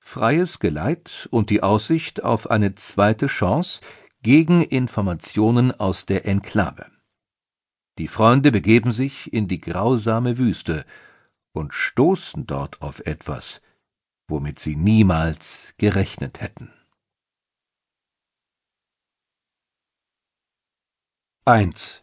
freies Geleit und die Aussicht auf eine zweite Chance gegen Informationen aus der Enklave. Die Freunde begeben sich in die grausame Wüste und stoßen dort auf etwas, womit sie niemals gerechnet hätten. 1.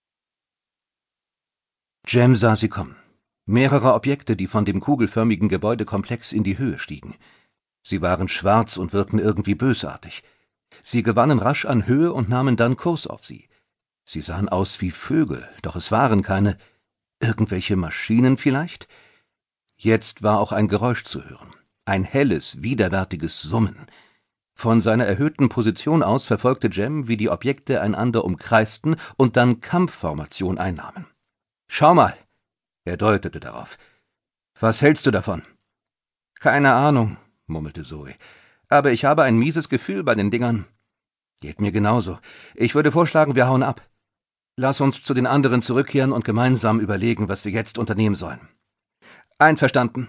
Jem sah sie kommen. Mehrere Objekte, die von dem kugelförmigen Gebäudekomplex in die Höhe stiegen. Sie waren schwarz und wirkten irgendwie bösartig. Sie gewannen rasch an Höhe und nahmen dann Kurs auf sie. Sie sahen aus wie Vögel, doch es waren keine. Irgendwelche Maschinen vielleicht? Jetzt war auch ein Geräusch zu hören. Ein helles, widerwärtiges Summen. Von seiner erhöhten Position aus verfolgte Jem, wie die Objekte einander umkreisten und dann Kampfformation einnahmen. »Schau mal«, er deutete darauf. »Was hältst du davon?« »Keine Ahnung«, murmelte Zoe, »aber ich habe ein mieses Gefühl bei den Dingern.« »Geht mir genauso. Ich würde vorschlagen, wir hauen ab. Lass uns zu den anderen zurückkehren und gemeinsam überlegen, was wir jetzt unternehmen sollen.« »Einverstanden.«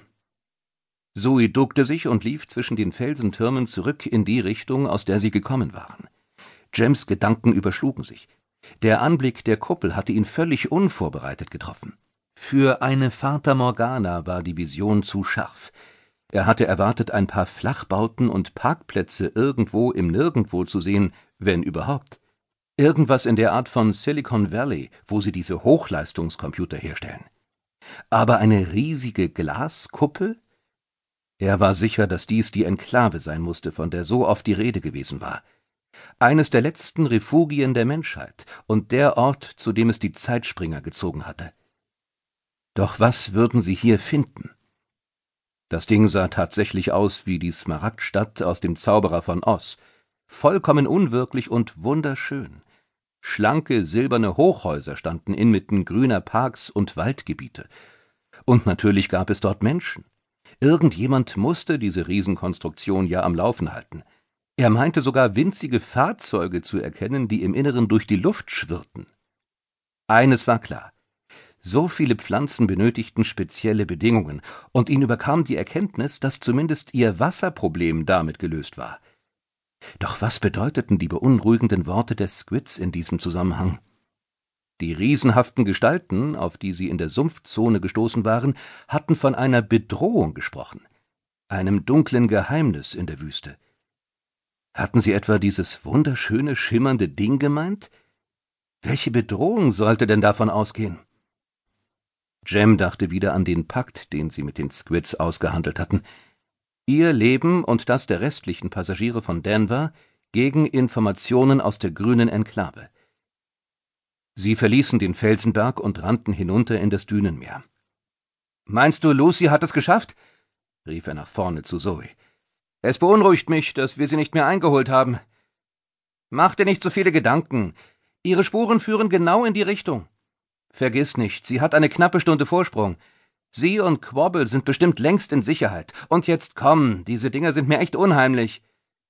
Zoe duckte sich und lief zwischen den Felsentürmen zurück in die Richtung, aus der sie gekommen waren. Jems Gedanken überschlugen sich. Der Anblick der Kuppel hatte ihn völlig unvorbereitet getroffen. Für eine Fata Morgana war die Vision zu scharf. Er hatte erwartet, ein paar Flachbauten und Parkplätze irgendwo im Nirgendwo zu sehen, wenn überhaupt. Irgendwas in der Art von Silicon Valley, wo sie diese Hochleistungscomputer herstellen. Aber eine riesige Glaskuppel? Er war sicher, dass dies die Enklave sein musste, von der so oft die Rede gewesen war. Eines der letzten Refugien der Menschheit und der Ort, zu dem es die Zeitspringer gezogen hatte. Doch was würden sie hier finden? Das Ding sah tatsächlich aus wie die Smaragdstadt aus dem Zauberer von Oz. Vollkommen unwirklich und wunderschön. Schlanke, silberne Hochhäuser standen inmitten grüner Parks und Waldgebiete. Und natürlich gab es dort Menschen. Irgendjemand musste diese Riesenkonstruktion ja am Laufen halten. Er meinte sogar winzige Fahrzeuge zu erkennen, die im Inneren durch die Luft schwirrten. Eines war klar: So viele Pflanzen benötigten spezielle Bedingungen, und ihn überkam die Erkenntnis, dass zumindest ihr Wasserproblem damit gelöst war. Doch was bedeuteten die beunruhigenden Worte des Squids in diesem Zusammenhang? Die riesenhaften Gestalten, auf die sie in der Sumpfzone gestoßen waren, hatten von einer Bedrohung gesprochen, einem dunklen Geheimnis in der Wüste. Hatten sie etwa dieses wunderschöne, schimmernde Ding gemeint? Welche Bedrohung sollte denn davon ausgehen? Jem dachte wieder an den Pakt, den sie mit den Squids ausgehandelt hatten. Ihr Leben und das der restlichen Passagiere von Denver gegen Informationen aus der grünen Enklave. Sie verließen den Felsenberg und rannten hinunter in das Dünenmeer. »Meinst du, Lucy hat es geschafft?« rief er nach vorne zu Zoe. »Es beunruhigt mich, dass wir sie nicht mehr eingeholt haben.« »Mach dir nicht so viele Gedanken. Ihre Spuren führen genau in die Richtung. Vergiss nicht, sie hat eine knappe Stunde Vorsprung. Sie und Quabble sind bestimmt längst in Sicherheit. Und jetzt komm, diese Dinger sind mir echt unheimlich.«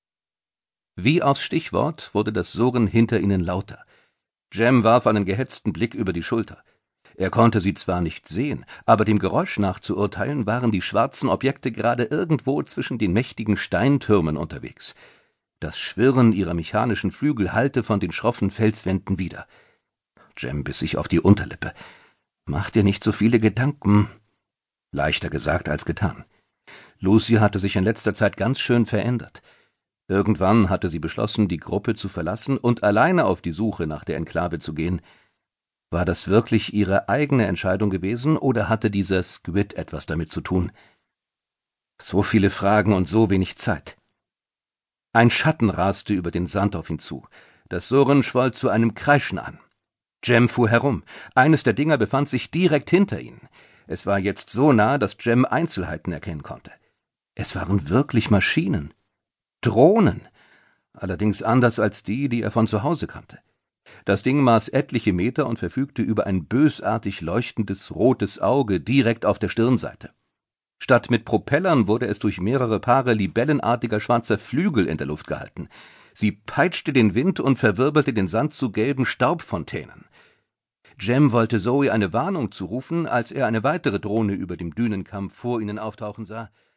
Wie aufs Stichwort wurde das Surren hinter ihnen lauter. Jem warf einen gehetzten Blick über die Schulter. Er konnte sie zwar nicht sehen, aber dem Geräusch nach zu urteilen, waren die schwarzen Objekte gerade irgendwo zwischen den mächtigen Steintürmen unterwegs. Das Schwirren ihrer mechanischen Flügel hallte von den schroffen Felswänden wider. Jem biss sich auf die Unterlippe. »Mach dir nicht so viele Gedanken.« Leichter gesagt als getan. Lucy hatte sich in letzter Zeit ganz schön verändert. Irgendwann hatte sie beschlossen, die Gruppe zu verlassen und alleine auf die Suche nach der Enklave zu gehen. War das wirklich ihre eigene Entscheidung gewesen, oder hatte dieser Squid etwas damit zu tun? So viele Fragen und so wenig Zeit. Ein Schatten raste über den Sand auf ihn zu. Das Surren schwoll zu einem Kreischen an. Jem fuhr herum. Eines der Dinger befand sich direkt hinter ihnen. Es war jetzt so nah, dass Jem Einzelheiten erkennen konnte. Es waren wirklich Maschinen. Drohnen. Allerdings anders als die, die er von zu Hause kannte. Das Ding maß etliche Meter und verfügte über ein bösartig leuchtendes rotes Auge direkt auf der Stirnseite. Statt mit Propellern wurde es durch mehrere Paare libellenartiger schwarzer Flügel in der Luft gehalten. Sie peitschte den Wind und verwirbelte den Sand zu gelben Staubfontänen. Jem wollte Zoe eine Warnung zurufen, als er eine weitere Drohne über dem Dünenkamm vor ihnen auftauchen sah.